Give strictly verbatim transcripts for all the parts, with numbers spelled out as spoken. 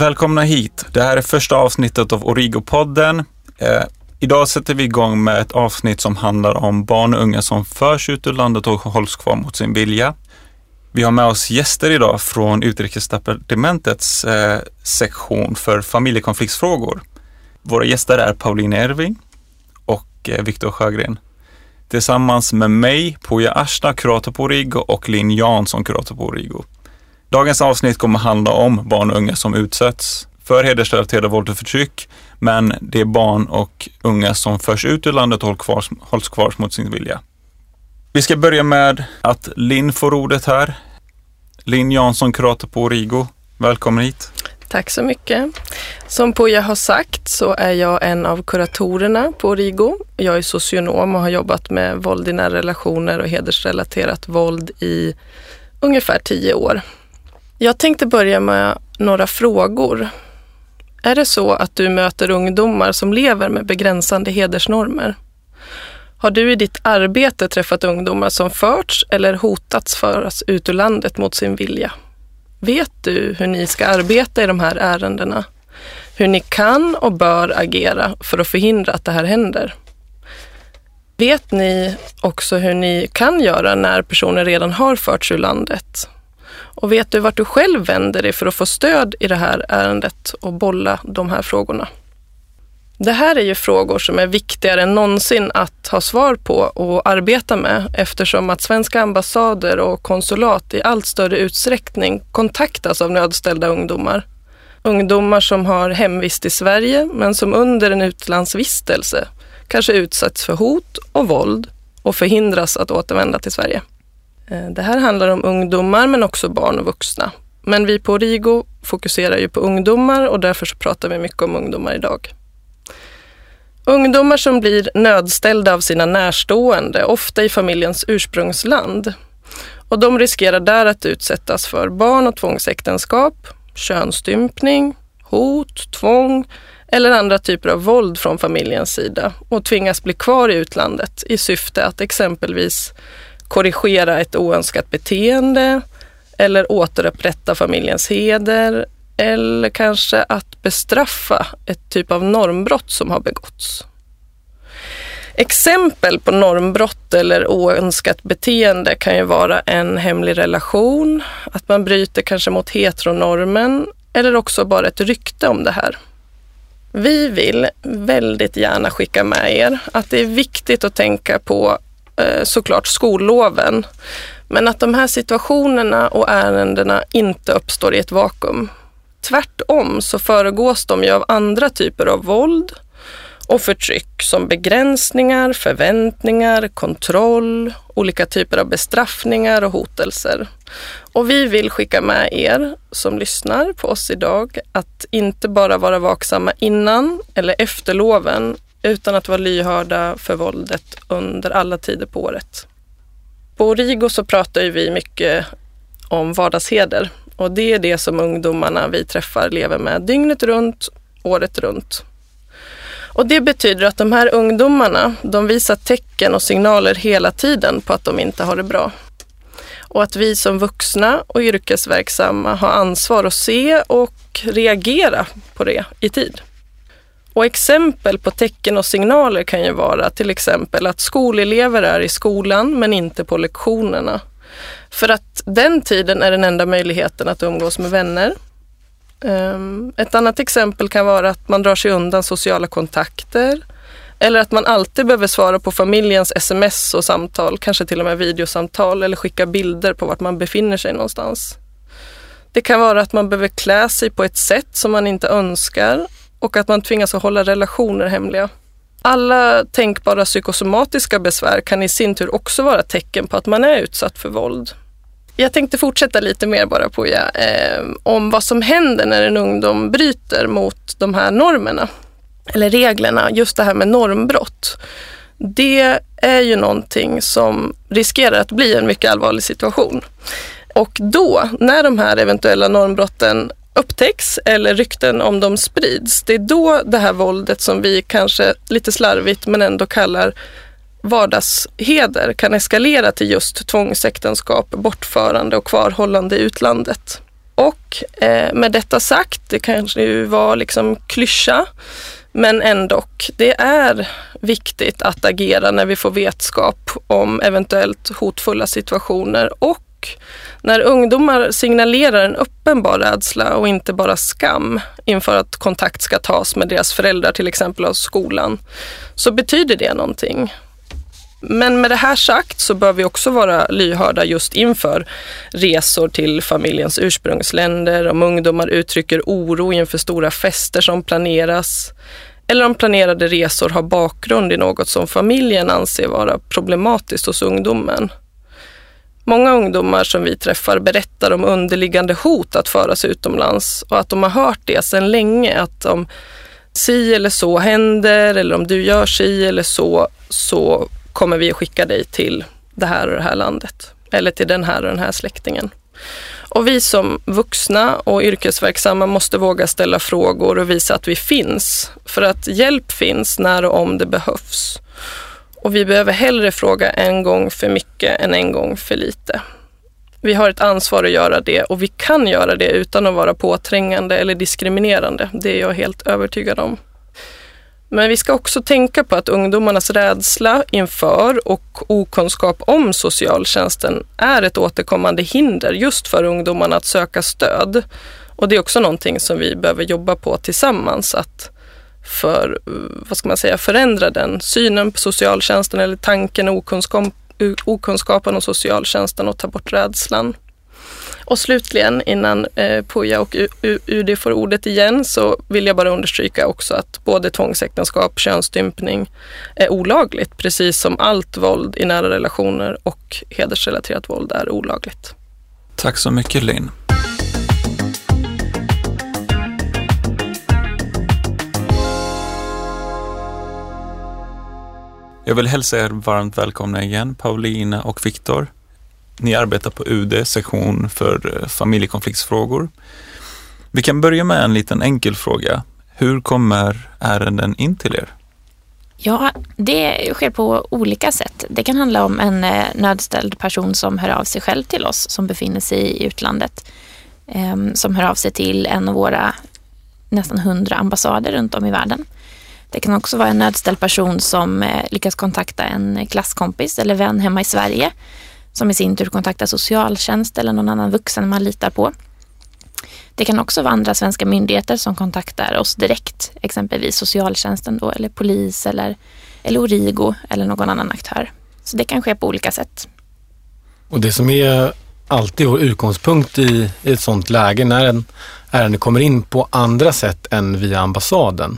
Välkomna hit. Det här är första avsnittet av Origo-podden. Eh, idag sätter vi igång med ett avsnitt som handlar om barn och unga som förs ut ur landet och hålls kvar mot sin vilja. Vi har med oss gäster idag från Utrikesdepartementets eh, sektion för familjekonfliktsfrågor. Våra gäster är Paulina Erving och eh, Viktor Sjögren. Tillsammans med mig, Poya Ashna, kurator på Origo, och Linn Jansson, kurator på Origo. Dagens avsnitt kommer handla om barn och unga som utsätts för hedersrelaterade våld och förtryck, men det är barn och unga som förs ut ur landet och hålls kvar, hålls kvar mot sin vilja. Vi ska börja med att Linn får ordet här. Linn Jansson, kurator på Origo. Välkommen hit. Tack så mycket. Som Poya har sagt så är jag en av kuratorerna på Origo. Jag är socionom och har jobbat med våld i nära relationer och hedersrelaterat våld i ungefär tio år. Jag tänkte börja med några frågor. Är det så att du möter ungdomar som lever med begränsande hedersnormer? Har du i ditt arbete träffat ungdomar som förts eller hotats föras ut ur landet mot sin vilja? Vet du hur ni ska arbeta i de här ärendena? Hur ni kan och bör agera för att förhindra att det här händer? Vet ni också hur ni kan göra när personer redan har förts ur landet? Och vet du vart du själv vänder dig för att få stöd i det här ärendet och bolla de här frågorna? Det här är ju frågor som är viktigare än någonsin att ha svar på och arbeta med, eftersom att svenska ambassader och konsulat i allt större utsträckning kontaktas av nödställda ungdomar. Ungdomar som har hemvist i Sverige men som under en utlandsvistelse kanske utsatts för hot och våld och förhindras att återvända till Sverige. Det här handlar om ungdomar men också barn och vuxna. Men vi på Origo fokuserar ju på ungdomar och därför så pratar vi mycket om ungdomar idag. Ungdomar som blir nödställda av sina närstående, ofta i familjens ursprungsland. Och de riskerar där att utsättas för barn- och tvångsäktenskap, könsstympning, hot, tvång eller andra typer av våld från familjens sida och tvingas bli kvar i utlandet i syfte att exempelvis korrigera ett oönskat beteende eller återupprätta familjens heder eller kanske att bestraffa ett typ av normbrott som har begåtts. Exempel på normbrott eller oönskat beteende kan ju vara en hemlig relation, att man bryter kanske mot heteronormen eller också bara ett rykte om det här. Vi vill väldigt gärna skicka med er att det är viktigt att tänka på eh, såklart skolloven, men att de här situationerna och ärendena inte uppstår i ett vakuum. Tvärtom så föregås de ju av andra typer av våld och förtryck som begränsningar, förväntningar, kontroll, olika typer av bestraffningar och hotelser. Och vi vill skicka med er som lyssnar på oss idag att inte bara vara vaksamma innan eller efter loven utan att vara lyhörda för våldet under alla tider på året. På Origo så pratar ju vi mycket om vardagsheder. Och det är det som ungdomarna vi träffar lever med dygnet runt, året runt. Och det betyder att de här ungdomarna, de visar tecken och signaler hela tiden på att de inte har det bra. Och att vi som vuxna och yrkesverksamma har ansvar att se och reagera på det i tid. Och exempel på tecken och signaler kan ju vara till exempel att skolelever är i skolan men inte på lektionerna. För att den tiden är den enda möjligheten att umgås med vänner. Ett annat exempel kan vara att man drar sig undan sociala kontakter. Eller att man alltid behöver svara på familjens sms och samtal, kanske till och med videosamtal eller skicka bilder på vart man befinner sig någonstans. Det kan vara att man behöver klä sig på ett sätt som man inte önskar och att man tvingas att hålla relationer hemliga. Alla tänkbara psykosomatiska besvär kan i sin tur också vara tecken på att man är utsatt för våld. Jag tänkte fortsätta lite mer bara på ja, eh, om vad som händer när en ungdom bryter mot de här normerna eller reglerna, just det här med normbrott. Det är ju någonting som riskerar att bli en mycket allvarlig situation. Och då, när de här eventuella normbrotten upptäcks eller rykten om dem sprids, det är då det här våldet som vi kanske lite slarvigt men ändå kallar vardagsheder kan eskalera till just tvångsäktenskap, bortförande och kvarhållande i utlandet. Och eh, med detta sagt, det kanske ju var liksom klyscha, men ändå, det är viktigt att agera när vi får vetskap om eventuellt hotfulla situationer och när ungdomar signalerar en uppenbar rädsla och inte bara skam inför att kontakt ska tas med deras föräldrar, till exempel av skolan, så betyder det någonting. Men med det här sagt så bör vi också vara lyhörda just inför resor till familjens ursprungsländer, om ungdomar uttrycker oro inför stora fester som planeras, eller om planerade resor har bakgrund i något som familjen anser vara problematiskt hos ungdomen. Många ungdomar som vi träffar berättar om underliggande hot att föras utomlands och att de har hört det sedan länge, att om si eller så händer eller om du gör si eller så, så kommer vi att skicka dig till det här och det här landet eller till den här och den här släktingen. Och vi som vuxna och yrkesverksamma måste våga ställa frågor och visa att vi finns, för att hjälp finns när och om det behövs. Och vi behöver hellre fråga en gång för mycket än en gång för lite. Vi har ett ansvar att göra det och vi kan göra det utan att vara påträngande eller diskriminerande. Det är jag helt övertygad om. Men vi ska också tänka på att ungdomarnas rädsla inför och okunskap om socialtjänsten är ett återkommande hinder just för ungdomarna att söka stöd. Och det är också någonting som vi behöver jobba på tillsammans, att för, vad ska man säga, förändra den synen på socialtjänsten eller tanken och okunskap, okunskapen om socialtjänsten och ta bort rädslan. Och slutligen, innan eh, Puja och U D får ordet igen, så vill jag bara understryka också att både tvångsäktenskap, könsstympning är olagligt, precis som allt våld i nära relationer och hedersrelaterat våld är olagligt. Tack så mycket, Linn. Jag vill hälsa er varmt välkomna igen, Paulina och Viktor. Ni arbetar på U D, sektion för familjekonfliktsfrågor. Vi kan börja med en liten enkel fråga. Hur kommer ärenden in till er? Ja, det sker på olika sätt. Det kan handla om en nödställd person som hör av sig själv till oss, som befinner sig i utlandet. Som hör av sig till en av våra nästan hundra ambassader runt om i världen. Det kan också vara en nödställd person som lyckas kontakta en klasskompis eller vän hemma i Sverige, som i sin tur kontaktar socialtjänst eller någon annan vuxen man litar på. Det kan också vara andra svenska myndigheter som kontaktar oss direkt, exempelvis socialtjänsten då, eller polis eller, eller Origo eller någon annan aktör. Så det kan ske på olika sätt. Och det som är alltid vår utgångspunkt i, i ett sådant läge, när en ärende kommer in på andra sätt än via ambassaden,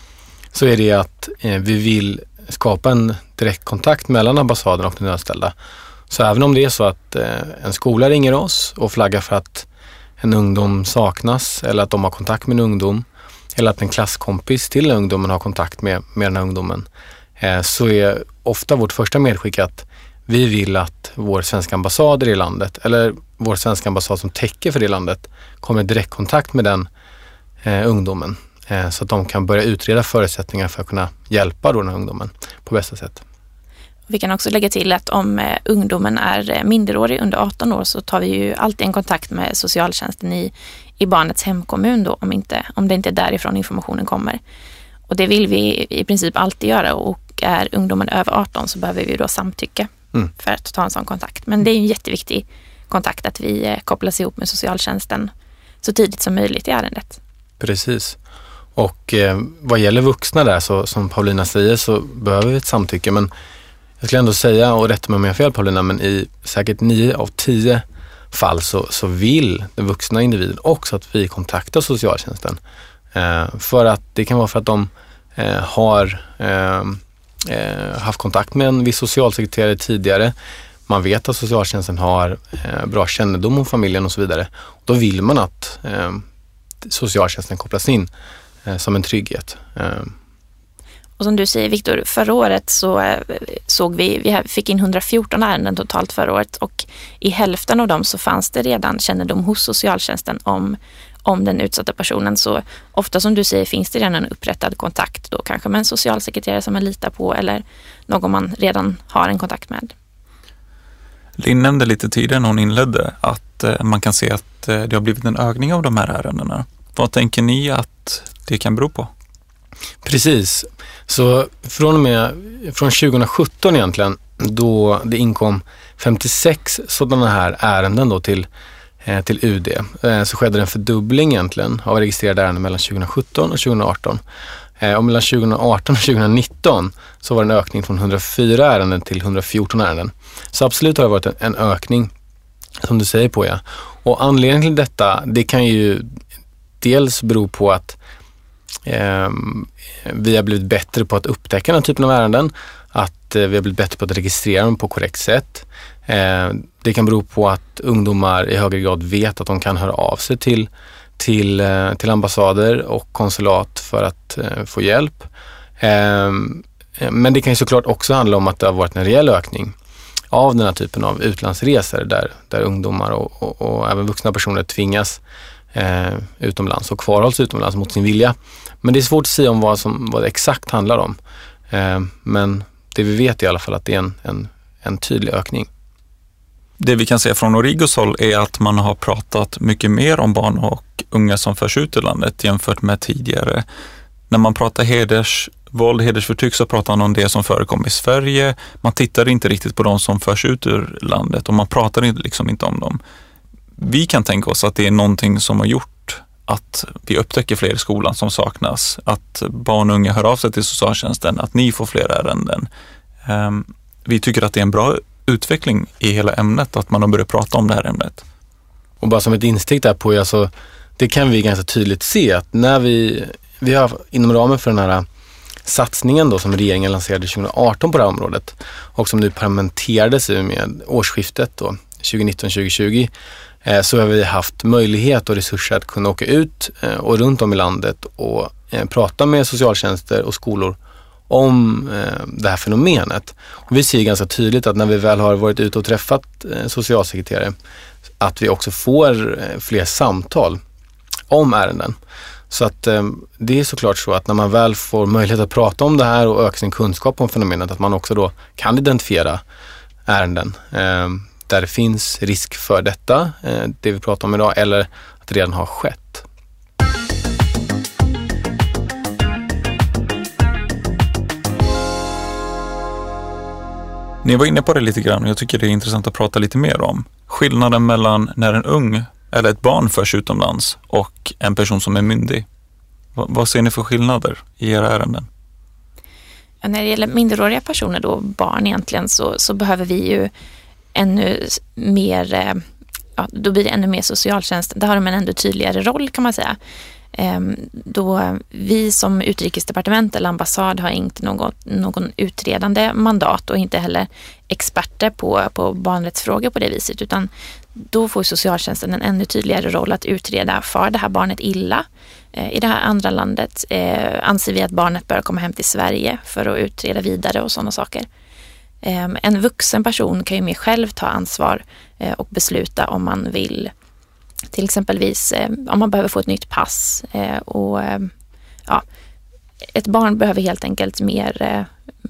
så är det att eh, vi vill skapa en direktkontakt mellan ambassaden och den nödställda. Så även om det är så att eh, en skola ringer oss och flaggar för att en ungdom saknas eller att de har kontakt med en ungdom eller att en klasskompis till ungdomen har kontakt med, med den här ungdomen, eh, så är ofta vårt första medskick att vi vill att vår svenska ambassad i det landet eller vår svenska ambassad som täcker för det landet kommer i direktkontakt med den eh, ungdomen eh, så att de kan börja utreda förutsättningar för att kunna hjälpa då den här ungdomen på bästa sätt. Vi kan också lägga till att om eh, ungdomen är eh, minderårig under arton år, så tar vi ju alltid en kontakt med socialtjänsten i, i barnets hemkommun då, om, inte, om det inte är därifrån informationen kommer. Och det vill vi i princip alltid göra, och är ungdomen över arton så behöver vi då samtycke mm. för att ta en sån kontakt. Men det är en jätteviktig kontakt att vi eh, kopplas ihop med socialtjänsten så tidigt som möjligt i ärendet. Precis. Och eh, vad gäller vuxna där, så som Paulina säger, så behöver vi ett samtycke, men jag skulle ändå säga, och rätta mig om jag har fel Paulina, men i säkert nio av tio fall så, så vill den vuxna individen också att vi kontaktar socialtjänsten. Eh, för att det kan vara för att de eh, har eh, eh, haft kontakt med en viss socialsekreterare tidigare. Man vet att socialtjänsten har eh, bra kännedom om familjen och så vidare. Och då vill man att eh, socialtjänsten kopplas in eh, som en trygghet. Eh, Och som du säger, Viktor, förra året så såg vi, vi fick in hundrafjorton ärenden totalt förra året, och i hälften av dem så fanns det redan kännedom hos socialtjänsten om, om den utsatta personen. Så ofta, som du säger, finns det redan en upprättad kontakt då, kanske med en socialsekreterare som man litar på eller någon man redan har en kontakt med. Linn nämnde lite tidigare när hon inledde att eh, man kan se att eh, det har blivit en ökning av de här ärendena. Vad tänker ni att det kan bero på? Precis. Så från och med från tjugohundrasjutton egentligen, då det inkom femtiosex sådana här ärenden då till, eh, till U D, eh, så skedde en fördubbling egentligen av registrerade ärenden mellan tjugohundrasjutton och tjugohundraarton. Eh, och mellan tjugohundraarton och tjugohundranitton så var det en ökning från hundrafyra ärenden till hundrafjorton ärenden. Så absolut har det varit en, en ökning, som du säger på, ja. Och anledningen till detta, det kan ju dels bero på att eh, vi har blivit bättre på att upptäcka den här typen av ärenden, att eh, vi har blivit bättre på att registrera dem på korrekt sätt. Eh, det kan bero på att ungdomar i högre grad vet att de kan höra av sig till, till, eh, till ambassader och konsulat för att eh, få hjälp. Eh, men det kan ju såklart också handla om att det har varit en rejäl ökning av den här typen av utlandsresor där, där ungdomar och, och, och även vuxna personer tvingas eh, utomlands och kvarhålls utomlands mot sin vilja. Men det är svårt att säga om vad, som, vad det exakt handlar om. Eh, men det vi vet i alla fall att det är en, en, en tydlig ökning. Det vi kan se från Origos håll är att man har pratat mycket mer om barn och unga som förs ut ur landet jämfört med tidigare. När man pratar hedersvåld, hedersförtryck, så pratar man om det som förekommer i Sverige. Man tittar inte riktigt på de som förs ut ur landet och man pratar liksom inte om dem. Vi kan tänka oss att det är någonting som har gjort att vi upptäcker fler i skolan som saknas. Att barn och unga hör av sig till socialtjänsten, att ni får fler ärenden. Vi tycker att det är en bra utveckling i hela ämnet, att man har börjat prata om det här ämnet. Och bara som ett instick där på, alltså, det kan vi ganska tydligt se att när vi, vi har inom ramen för den här satsningen då som regeringen lanserade tjugohundraarton på det här området och som nu permanenterades med årsskiftet då, tjugonitton tjugotjugo, eh, så har vi haft möjlighet och resurser att kunna åka ut eh, och runt om i landet och eh, prata med socialtjänster och skolor om eh, det här fenomenet. Och vi ser ganska tydligt att när vi väl har varit ute och träffat eh, socialsekreterare att vi också får eh, fler samtal om ärenden. Så att eh, det är såklart så att när man väl får möjlighet att prata om det här och öka sin kunskap om fenomenet, att man också då kan identifiera ärenden eh, där det finns risk för detta, eh, det vi pratar om idag, eller att det redan har skett. Ni var inne på det lite grann och jag tycker det är intressant att prata lite mer om. Skillnaden mellan när en ung eller ett barn förs utomlands och en person som är myndig. V- vad ser ni för skillnader i era ärenden? Ja, när det gäller minderåriga personer, då barn egentligen, så, så behöver vi ju ännu mer, ja, då blir det ännu mer socialtjänst. Där har de en ännu tydligare roll, kan man säga. Då vi som utrikesdepartement eller ambassad har inte någon, någon utredande mandat och inte heller experter på, på barnrättsfrågor på det viset, utan då får socialtjänsten en ännu tydligare roll att utreda, för det här barnet illa i det här andra landet, anser vi att barnet bör komma hem till Sverige för att utreda vidare och sådana saker. En vuxen person kan ju mer själv ta ansvar och besluta om man vill, till exempelvis eh, om man behöver få ett nytt pass eh, och eh, ja, ett barn behöver helt enkelt mer, eh,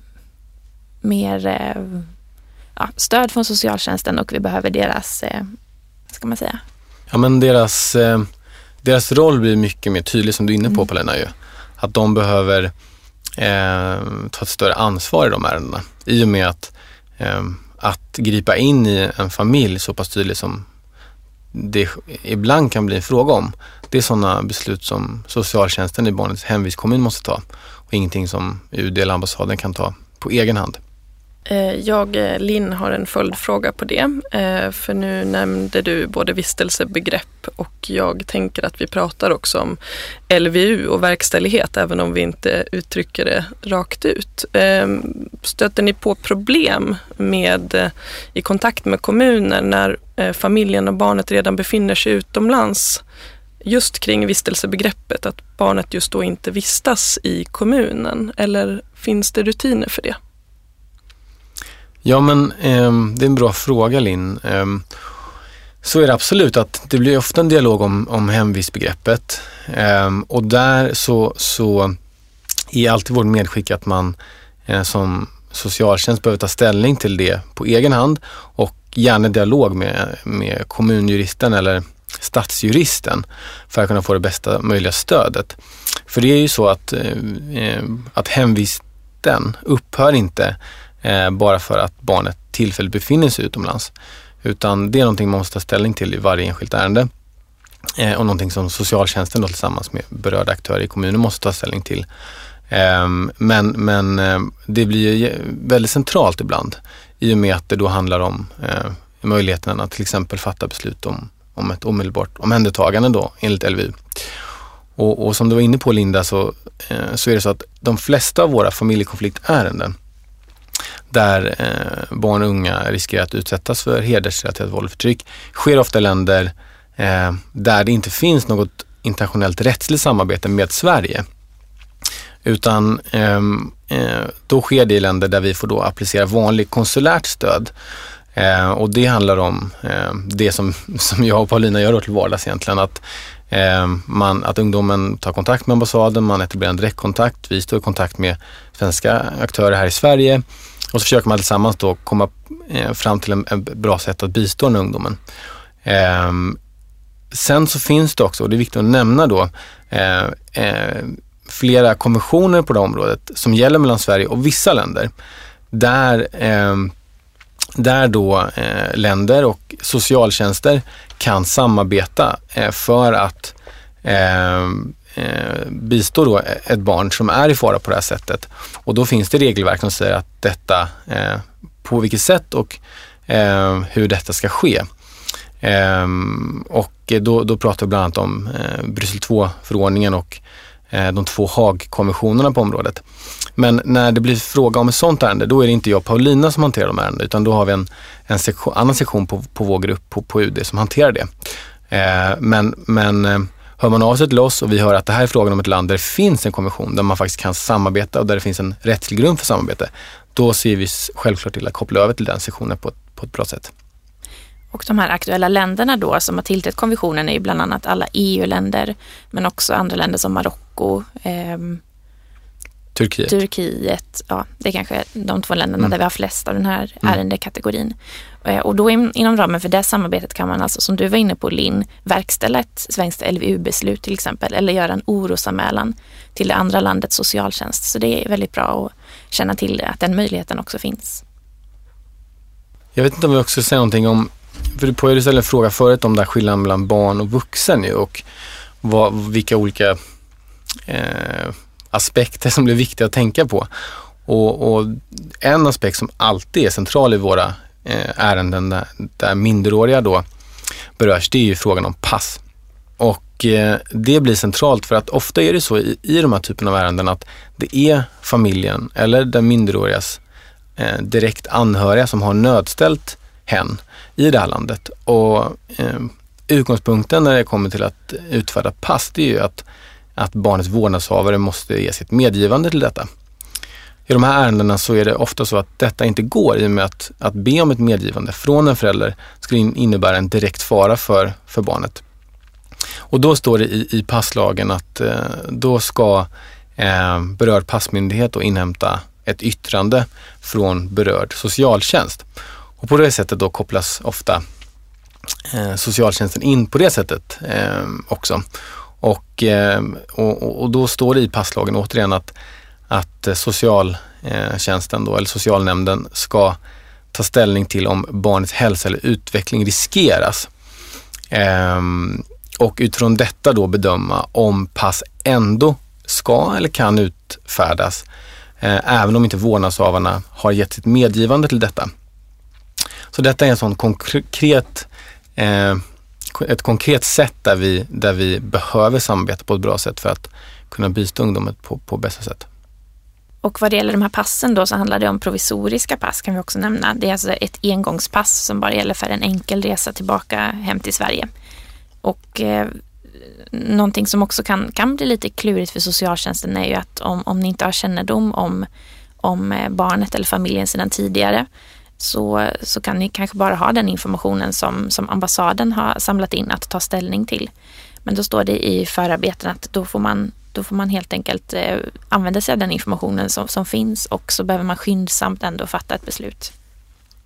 mer eh, ja, stöd från socialtjänsten och vi behöver deras, eh, vad ska man säga? Ja, men deras, eh, deras roll blir mycket mer tydlig, som du är inne på, mm. Paulina, ju. Att de behöver eh, ta ett större ansvar i de ärendena i och med att, eh, att gripa in i en familj så pass tydligt som det ibland kan bli en fråga om. Det är sådana beslut som socialtjänsten i barnets hemvistkommun måste ta och ingenting som U D eller ambassaden kan ta på egen hand. Jag, Linn, har en följdfråga på det. För nu nämnde du både vistelsebegrepp och jag tänker att vi pratar också om L V U och verkställighet, även om vi inte uttrycker det rakt ut. Stöter ni på problem med i kontakt med kommuner när familjen och barnet redan befinner sig utomlands, just kring vistelsebegreppet, att barnet just då inte vistas i kommunen, eller finns det rutiner för det? Ja, men eh, det är en bra fråga, Linn. Eh, så är det absolut att det blir ofta en dialog om, om hemvistbegreppet. Eh, och där så, så är alltid vårt medskick att man eh, som socialtjänst behöver ta ställning till det på egen hand och gärna dialog med, med kommunjuristen eller stadsjuristen för att kunna få det bästa möjliga stödet. För det är ju så att, eh, att hemvisten upphör inte eh, bara för att barnet tillfälligt befinner sig utomlands. Utan det är någonting man måste ta ställning till i varje enskilt ärende. Eh, och någonting som socialtjänsten då tillsammans med berörda aktörer i kommunen måste ta ställning till. Eh, men men eh, det blir ju väldigt centralt ibland i och med att det då handlar om eh, möjligheten att till exempel fatta beslut om, om ett omedelbart omhändertagande då enligt L V U. Och, och som du var inne på, Linda, så, eh, så är det så att de flesta av våra familjekonfliktärenden där eh, barn och unga riskerar att utsättas för hedersrelaterat våld och förtryck sker ofta i länder eh, där det inte finns något internationellt rättsligt samarbete med Sverige. Utan eh, eh, då sker det i länder där vi får då applicera vanlig konsulärt stöd. Eh, och det handlar om eh, det som, som jag och Paulina gör till vardags egentligen, att Eh, man, att ungdomen tar kontakt med ambassaden, man etablerar en direktkontakt, vi står i kontakt med svenska aktörer här i Sverige och så försöker man tillsammans då komma eh, fram till en, en bra sätt att bistå den ungdomen. Eh, sen så finns det också, och det är viktigt att nämna då, eh, eh, flera konventioner på det området som gäller mellan Sverige och vissa länder där eh, där då eh, länder och socialtjänster kan samarbeta eh, för att eh, eh, bistå då ett barn som är i fara på det här sättet. Och då finns det regelverk som säger att detta, eh, på vilket sätt och eh, hur detta ska ske. Eh, och då, då pratar vi bland annat om eh, Bryssel två-förordningen och eh, de två Haag-konventionerna på området. Men när det blir fråga om ett sånt ärende, då är det inte jag och Paulina som hanterar de ärenden, utan då har vi en, en sektion, annan sektion på, på vår grupp på, på U D som hanterar det. Eh, men, men eh, hör man av sig till oss och vi hör att det här är frågan om ett land där det finns en konvention där man faktiskt kan samarbeta och där det finns en rättslig grund för samarbete, då ser vi självklart till att koppla över till den sektionen på ett, på ett bra sätt. Och de här aktuella länderna då som har tillträtt konventionen är ju bland annat alla E U-länder, men också andra länder som Marocko, eh, Turkiet. Turkiet, ja, det är kanske de två länderna mm. där vi har flest av den här mm. ärendekategorin. Och då in, inom ramen för det samarbetet kan man alltså, som du var inne på, Linn, verkställa ett svenskt L V U-beslut till exempel, eller göra en orosanmälan till det andra landets socialtjänst. Så det är väldigt bra att känna till att den möjligheten också finns. Jag vet inte om vi också säger någonting om, för du pågjorde ställa en fråga förut om där skillnaden mellan barn och vuxen ju, och vad, vilka olika eh, aspekter som blir viktiga att tänka på. Och, och en aspekt som alltid är central i våra eh, ärenden där, där minderåriga då berörs, det är ju frågan om pass. Och eh, det blir centralt för att ofta är det så i, i de här typen av ärenden att det är familjen eller den minderårigas eh, direkt anhöriga som har nödställt hen i det här landet. Och eh, utgångspunkten när det kommer till att utfärda pass, det är ju att att barnets vårdnadshavare måste ge sitt medgivande till detta. I de här ärendena så är det ofta så att detta inte går i och med att, att be om ett medgivande från en förälder skulle innebära en direkt fara för, för barnet. Och då står det i, i passlagen att eh, då ska eh, berörd passmyndighet då inhämta ett yttrande från berörd socialtjänst. Och på det sättet då kopplas ofta eh, socialtjänsten in på det sättet eh, också. Och, och, och då står det i passlagen återigen att, att socialtjänsten då, eller socialnämnden ska ta ställning till om barnets hälsa eller utveckling riskeras. Ehm, och utifrån detta då bedöma om pass ändå ska eller kan utfärdas eh, även om inte vårdnadshavarna har gett sitt medgivande till detta. Så detta är en sån konkret eh, ett konkret sätt där vi, där vi behöver samarbeta på ett bra sätt för att kunna bistå ungdomen på, på bästa sätt. Och vad det gäller de här passen då, så handlar det om provisoriska pass, kan vi också nämna. Det är alltså ett engångspass som bara gäller för en enkel resa tillbaka hem till Sverige. Och eh, någonting som också kan, kan bli lite klurigt för socialtjänsten är ju att om, om ni inte har kännedom om, om barnet eller familjen sedan tidigare, Så, så kan ni kanske bara ha den informationen som, som ambassaden har samlat in att ta ställning till. Men då står det i förarbeten att då får man, då får man helt enkelt eh, använda sig av den informationen som, som finns, och så behöver man skyndsamt ändå fatta ett beslut.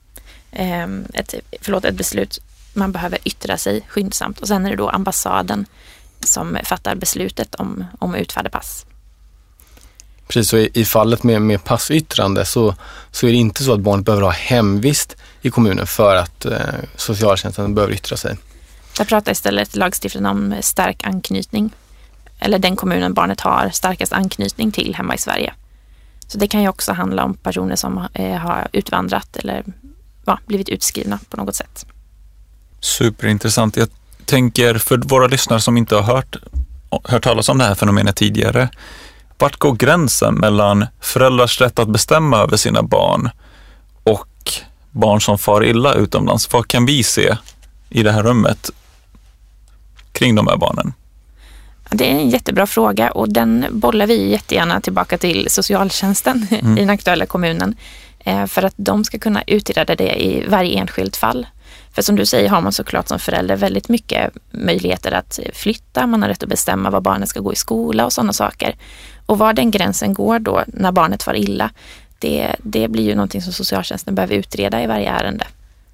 ett, förlåt, ett beslut, man behöver yttra sig skyndsamt. Och sen är det då ambassaden som fattar beslutet om, om att utfärda pass. Precis, så i, i fallet med, med passyttrande så, så är det inte så att barnet behöver ha hemvist i kommunen för att eh, socialtjänsten behöver yttra sig. Där pratar istället lagstiftningen om stark anknytning. Eller den kommunen barnet har starkast anknytning till hemma i Sverige. Så det kan ju också handla om personer som eh, har utvandrat eller ja, blivit utskrivna på något sätt. Superintressant. Jag tänker för våra lyssnare som inte har hört, hört talas om det här fenomenet tidigare. Vart går gränsen mellan föräldrars rätt att bestämma över sina barn och barn som far illa utomlands? Vad kan vi se i det här rummet kring de här barnen? Det är en jättebra fråga och den bollar vi jättegärna tillbaka till socialtjänsten mm. i den aktuella kommunen för att de ska kunna utreda det i varje enskilt fall. För som du säger har man såklart som förälder väldigt mycket möjligheter att flytta. Man har rätt att bestämma var barnet ska gå i skola och sådana saker. Och var den gränsen går då när barnet far illa, det, det blir ju någonting som socialtjänsten behöver utreda i varje ärende.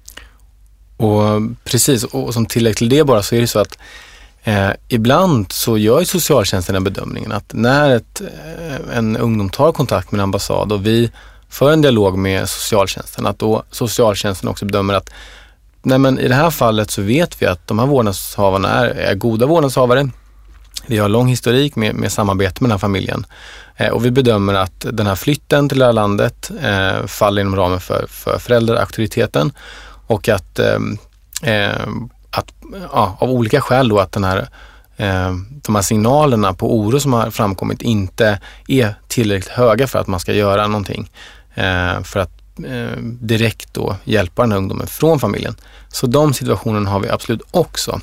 Och precis, och som tillägg till det bara så är det så att eh, ibland så gör ju socialtjänsten den bedömningen att när ett, en ungdom tar kontakt med en ambassad och vi för en dialog med socialtjänsten, att då socialtjänsten också bedömer att nej men i det här fallet så vet vi att de här vårdnadshavarna är, är goda vårdnadshavare. Vi har lång historik med, med samarbete med den här familjen. Eh, och vi bedömer att den här flytten till det här landet eh, faller inom ramen för, för föräldraauktoriteten. Och att, eh, eh, att ja, av olika skäl då att den här, eh, de här signalerna på oro som har framkommit inte är tillräckligt höga för att man ska göra någonting. Eh, för att eh, direkt då hjälpa den här ungdomen från familjen. Så de situationerna har vi absolut också.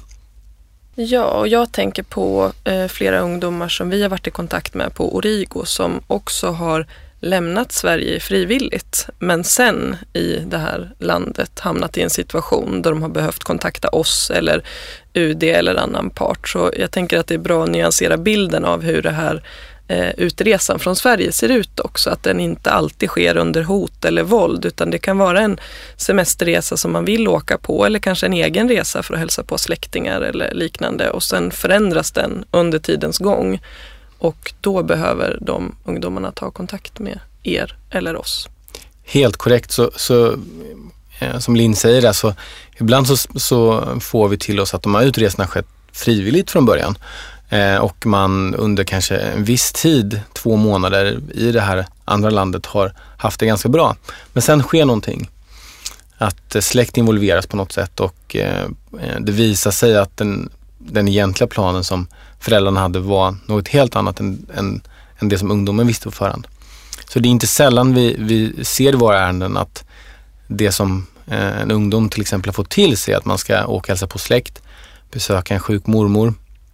Ja, och jag tänker på eh, flera ungdomar som vi har varit i kontakt med på Origo som också har lämnat Sverige frivilligt men sen i det här landet hamnat i en situation där de har behövt kontakta oss eller U D eller annan part. Så jag tänker att det är bra att nyansera bilden av hur det här eh, utresan från Sverige ser ut också. Att den inte alltid sker under hot eller våld utan det kan vara en semesterresa som man vill åka på eller kanske en egen resa för att hälsa på släktingar eller liknande och sen förändras den under tidens gång. Och då behöver de ungdomarna ta kontakt med er eller oss. Helt korrekt. Så, så eh, som Linn säger där, så ibland så, så får vi till oss att de här utresorna skett frivilligt från början. Eh, och man under kanske en viss tid, två månader i det här andra landet har haft det ganska bra. Men sen sker någonting. Att eh, släkt involveras på något sätt och eh, det visar sig att den, den egentliga planen som föräldrarna hade var något helt annat än, än, än det som ungdomen visste på förhand. Så det är inte sällan vi, vi ser i våra ärenden att det som eh, en ungdom till exempel har fått till sig att man ska åka hälsa på släkt, besöka en sjuk mormor,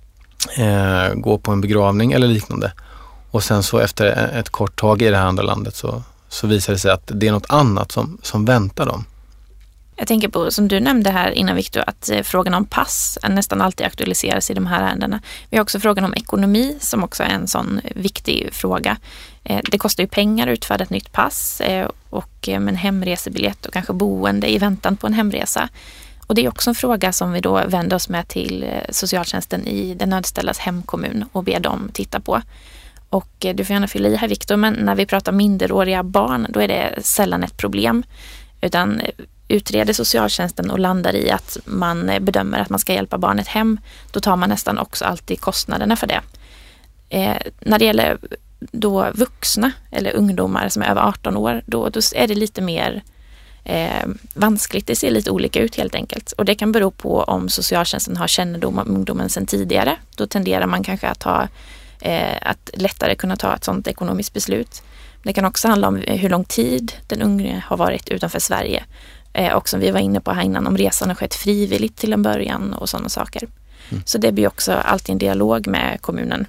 eh, gå på en begravning eller liknande. Och sen så efter ett kort tag i det här andra landet så, så visar det sig att det är något annat som, som väntar dem. Jag tänker på, som du nämnde här innan Victor, att eh, frågan om pass nästan alltid aktualiseras i de här ärendena. Vi har också frågan om ekonomi som också är en sån viktig fråga. Eh, det kostar ju pengar att utfärda ett nytt pass eh, och eh, med en hemresebiljett och kanske boende i väntan på en hemresa. Och det är också en fråga som vi då vänder oss med till eh, socialtjänsten i den nödställdas hemkommun och ber dem titta på. Och eh, du får gärna fylla i här Victor, men när vi pratar minderåriga barn då är det sällan ett problem utan eh, utreder socialtjänsten och landar i att man bedömer att man ska hjälpa barnet hem, då tar man nästan också alltid kostnaderna för det. Eh, när det gäller då vuxna eller ungdomar som är över arton år, då, då är det lite mer eh, vanskligt. Det ser lite olika ut helt enkelt. Och det kan bero på om socialtjänsten har kännedom om ungdomen sedan tidigare. Då tenderar man kanske att, ha, eh, att lättare kunna ta ett sådant ekonomiskt beslut. Det kan också handla om hur lång tid den unge har varit utanför Sverige. Och som vi var inne på här innan, om resan har skett frivilligt till en början och sådana saker. Mm. Så det blir också alltid en dialog med kommunen.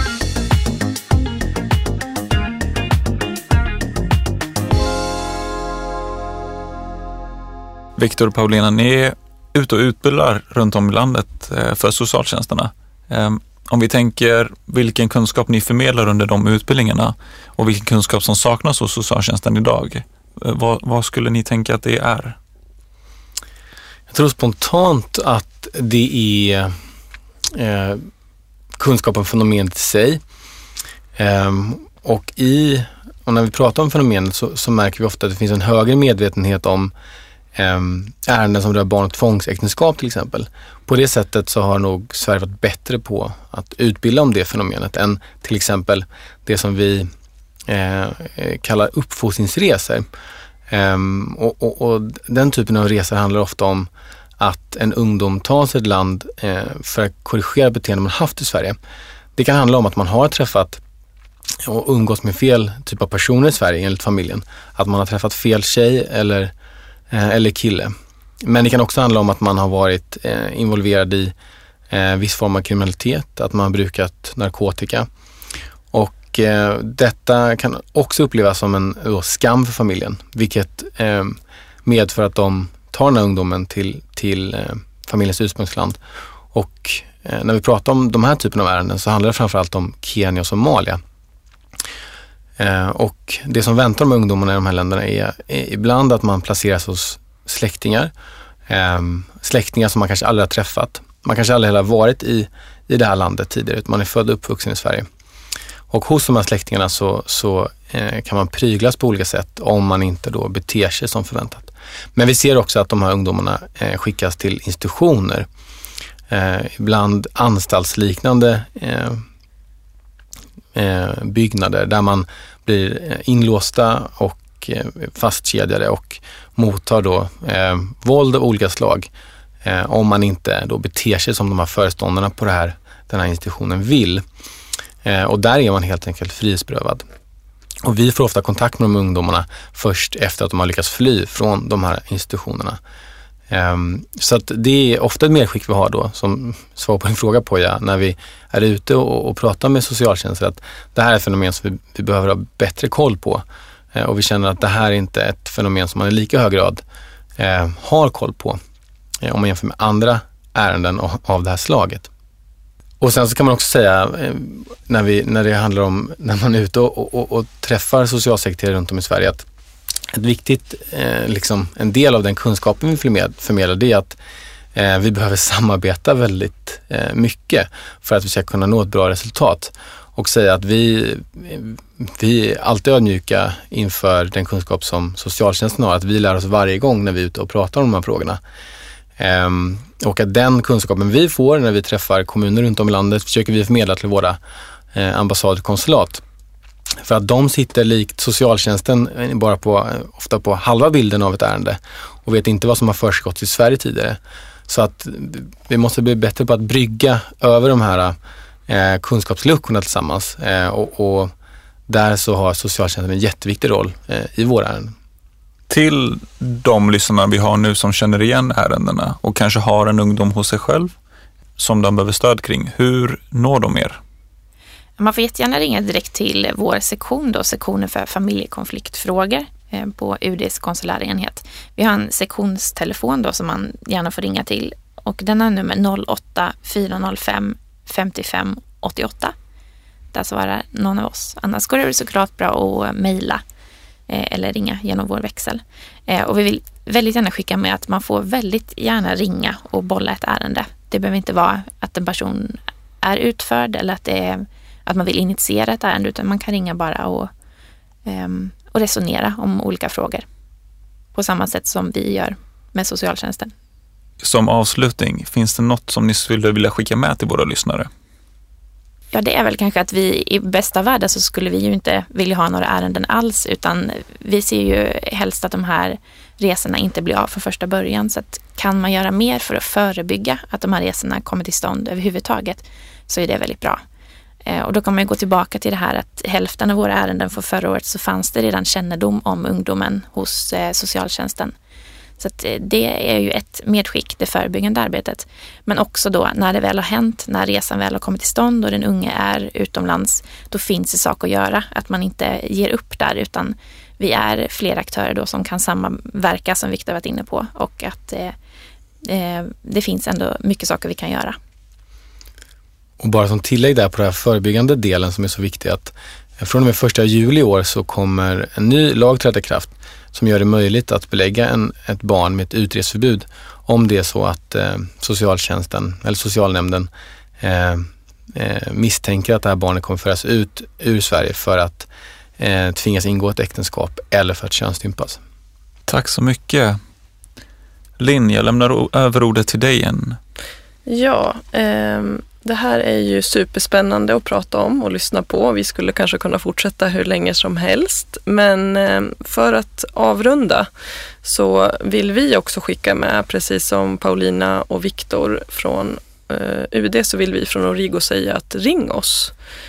Victor och Paulina, ni är ute och utbildar runt om i landet för socialtjänsterna. Om vi tänker vilken kunskap ni förmedlar under de utbildningarna och vilken kunskap som saknas hos socialtjänsten idag. Vad, vad skulle ni tänka att det är? tror spontant att det är eh, kunskap om fenomenet i sig. Eh, och, i, och när vi pratar om fenomenet så, så märker vi ofta att det finns en högre medvetenhet om eh, ärenden som rör barn och tvångsäktenskap till exempel. På det sättet så har nog Sverige varit bättre på att utbilda om det fenomenet än till exempel det som vi eh, kallar uppfostringsresor. Eh, och, och, och den typen av resor handlar ofta om att en ungdom tar sig ett land eh, för att korrigera beteende man haft i Sverige. Det kan handla om att man har träffat och umgås med fel typ av personer i Sverige enligt familjen. Att man har träffat fel tjej eller, eh, eller kille. Men det kan också handla om att man har varit eh, involverad i eh, viss form av kriminalitet, att man har brukat narkotika. Och eh, detta kan också upplevas som en då, skam för familjen, vilket eh, medför att de tar den här ungdomen till, till eh, familjens ursprungsland. Och eh, när vi pratar om de här typen av ärenden så handlar det framförallt om Kenya och Somalia. Eh, och det som väntar med ungdomarna i de här länderna är, är ibland att man placeras hos släktingar. Eh, släktingar som man kanske aldrig har träffat. Man kanske aldrig har varit i, i det här landet tidigare, utan man är född och uppvuxen i Sverige. Och hos de här släktingarna så, så eh, kan man pryglas på olika sätt om man inte då beter sig som förväntat. Men vi ser också att de här ungdomarna eh, skickas till institutioner. Eh, ibland anstaltsliknande eh, eh, byggnader där man blir inlåsta och eh, fastkedjade och mottar då eh, våld av olika slag eh, om man inte då beter sig som de här föreståndarna på det här, den här institutionen vill. Eh, och där är man helt enkelt frihetsberövad. Och vi får ofta kontakt med de ungdomarna först efter att de har lyckats fly från de här institutionerna. Um, så att det är ofta ett medskick vi har då, som svar på en fråga på ja, när vi är ute och, och pratar med socialtjänsten, att det här är ett fenomen som vi, vi behöver ha bättre koll på. Uh, och vi känner att det här är inte ett fenomen som man i lika hög grad uh, har koll på uh, om man jämför med andra ärenden av, av det här slaget. Och sen så kan man också säga, när, vi, när det handlar om, när man är ute och, och, och träffar socialsekreterare runt om i Sverige, att ett viktigt, eh, liksom en del av den kunskapen vi förmedlar, det är att eh, vi behöver samarbeta väldigt eh, mycket för att vi ska kunna nå ett bra resultat. Och säga att vi, vi är alltid ödmjuka inför den kunskap som socialtjänsten har, att vi lär oss varje gång när vi är ute och pratar om de här frågorna. Um, och att den kunskapen vi får när vi träffar kommuner runt om i landet försöker vi förmedla till våra eh, ambassader och konsulat. För att de sitter likt socialtjänsten bara på, ofta på halva bilden av ett ärende och vet inte vad som har försiggått i Sverige tidigare. Så att vi måste bli bättre på att brygga över de här eh, kunskapsluckorna tillsammans. Eh, och, och där så har socialtjänsten en jätteviktig roll eh, i våra ärenden. Till de lyssnarna vi har nu som känner igen ärendena och kanske har en ungdom hos sig själv som de behöver stöd kring, hur når de er? Man får jättegärna ringa direkt till vår sektion då, sektionen för familjekonfliktfrågor eh, på U D:s konsulära enhet. Vi har en sektionstelefon då som man gärna får ringa till och den är nummer noll åtta fyra noll fem fem fem åtta åtta. Där svarar någon av oss. Annars går det såklart bra att mejla eller ringa genom vår växel. Och vi vill väldigt gärna skicka med att man får väldigt gärna ringa och bolla ett ärende. Det behöver inte vara att en person är utförd eller att, det är, att man vill initiera ett ärende, utan man kan ringa bara och, och resonera om olika frågor. På samma sätt som vi gör med socialtjänsten. Som avslutning, finns det något som ni skulle vilja skicka med till våra lyssnare? Ja, det är väl kanske att vi i bästa världen så skulle vi ju inte vilja ha några ärenden alls, utan vi ser ju helst att de här resorna inte blir av från första början. Så att kan man göra mer för att förebygga att de här resorna kommer till stånd överhuvudtaget, så är det väldigt bra. Och då kan man ju gå tillbaka till det här att hälften av våra ärenden för förra året så fanns det redan kännedom om ungdomen hos socialtjänsten. Så att det är ju ett medskick, det förebyggande arbetet. Men också då när det väl har hänt, när resan väl har kommit till stånd och den unge är utomlands, då finns det sak att göra. Att man inte ger upp där, utan vi är flera aktörer då som kan samverka, som Victor varit inne på. Och att eh, det finns ändå mycket saker vi kan göra. Och bara som tillägg där på den här förebyggande delen som är så viktig, att från och med första juli i år så kommer en ny lag träda i kraft som gör det möjligt att belägga en, ett barn med ett utreseförbud om det är så att eh, socialtjänsten eller socialnämnden eh, eh, misstänker att det här barnet kommer föras ut ur Sverige för att eh, tvingas ingå ett äktenskap eller för att könsstympas. Tack så mycket. Linn, jag lämnar över ordet till dig igen. Ja, eh, det här är ju superspännande att prata om och lyssna på. Vi skulle kanske kunna fortsätta hur länge som helst. Men eh, för att avrunda så vill vi också skicka med, precis som Paulina och Viktor från eh, U D, så vill vi från Origo säga att ring oss.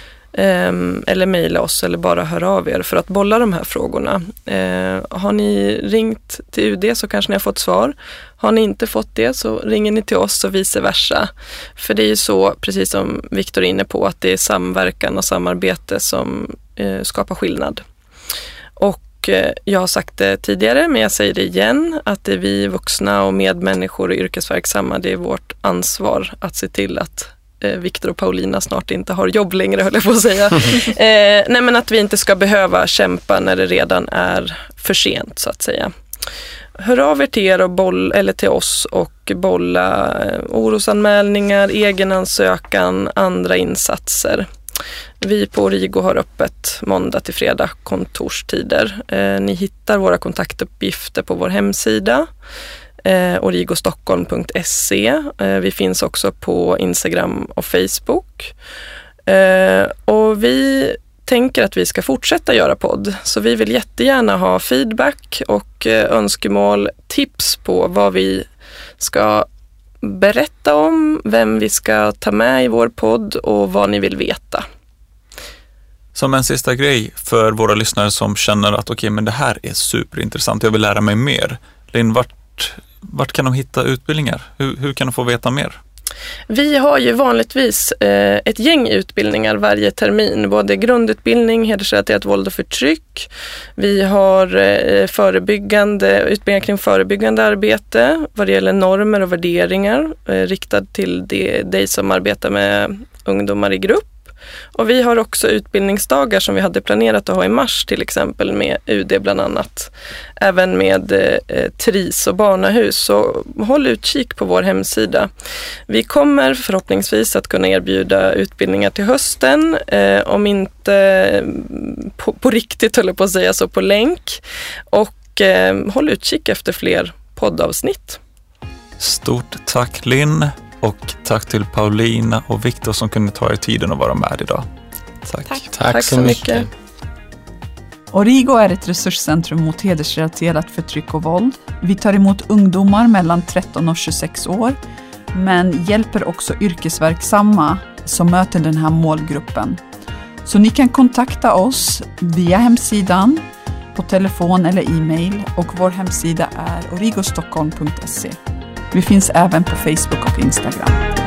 Eller mejla oss eller bara höra av er för att bolla de här frågorna. Eh, har ni ringt till U D så kanske ni har fått svar. Har ni inte fått det så ringer ni till oss och vice versa. För det är ju så, precis som Viktor är inne på, att det är samverkan och samarbete som eh, skapar skillnad. Och eh, jag har sagt det tidigare, men jag säger det igen, att det är vi vuxna och medmänniskor och yrkesverksamma, det är vårt ansvar att se till att Viktor och Paulina snart inte har jobb längre, höll jag på att säga. eh, nej men att vi inte ska behöva kämpa när det redan är för sent, så att säga. Hör av er till er och boll, eller till oss och bolla eh, orosanmälningar, egenansökan, andra insatser. Vi på Origo har öppet måndag till fredag kontorstider. Eh, ni hittar våra kontaktuppgifter på vår hemsida. Eh, origostockholm punkt se. Eh, vi finns också på Instagram och Facebook. Eh, och vi tänker att vi ska fortsätta göra podd. Så vi vill jättegärna ha feedback och eh, önskemål, tips på vad vi ska berätta om, vem vi ska ta med i vår podd och vad ni vill veta. Som en sista grej för våra lyssnare som känner att okej, okay, men det här är superintressant, jag vill lära mig mer. Linn, vart Vart kan de hitta utbildningar? Hur, hur kan de få veta mer? Vi har ju vanligtvis eh, ett gäng utbildningar varje termin. Både grundutbildning, hedersrelaterat våld och förtryck. Vi har eh, förebyggande, utbildningar kring förebyggande arbete vad det gäller normer och värderingar eh, riktad till det, dig som arbetar med ungdomar i grupp. Och vi har också utbildningsdagar som vi hade planerat att ha i mars, till exempel med U D bland annat. Även med eh, TRIS och barnahus. Så håll utkik på vår hemsida. Vi kommer förhoppningsvis att kunna erbjuda utbildningar till hösten. Eh, om inte på, på riktigt, höll jag på att säga, så på länk. Och eh, håll utkik efter fler poddavsnitt. Stort tack Linn. Och tack till Paulina och Viktor som kunde ta er tiden att vara med idag. Tack. Tack, tack, tack så mycket. mycket. Origo är ett resurscentrum mot hedersrelaterat förtryck och våld. Vi tar emot ungdomar mellan tretton och tjugosex år, men hjälper också yrkesverksamma som möter den här målgruppen. Så ni kan kontakta oss via hemsidan, på telefon eller e-mail, och vår hemsida är origostockholm punkt se. Vi finns även på Facebook och Instagram.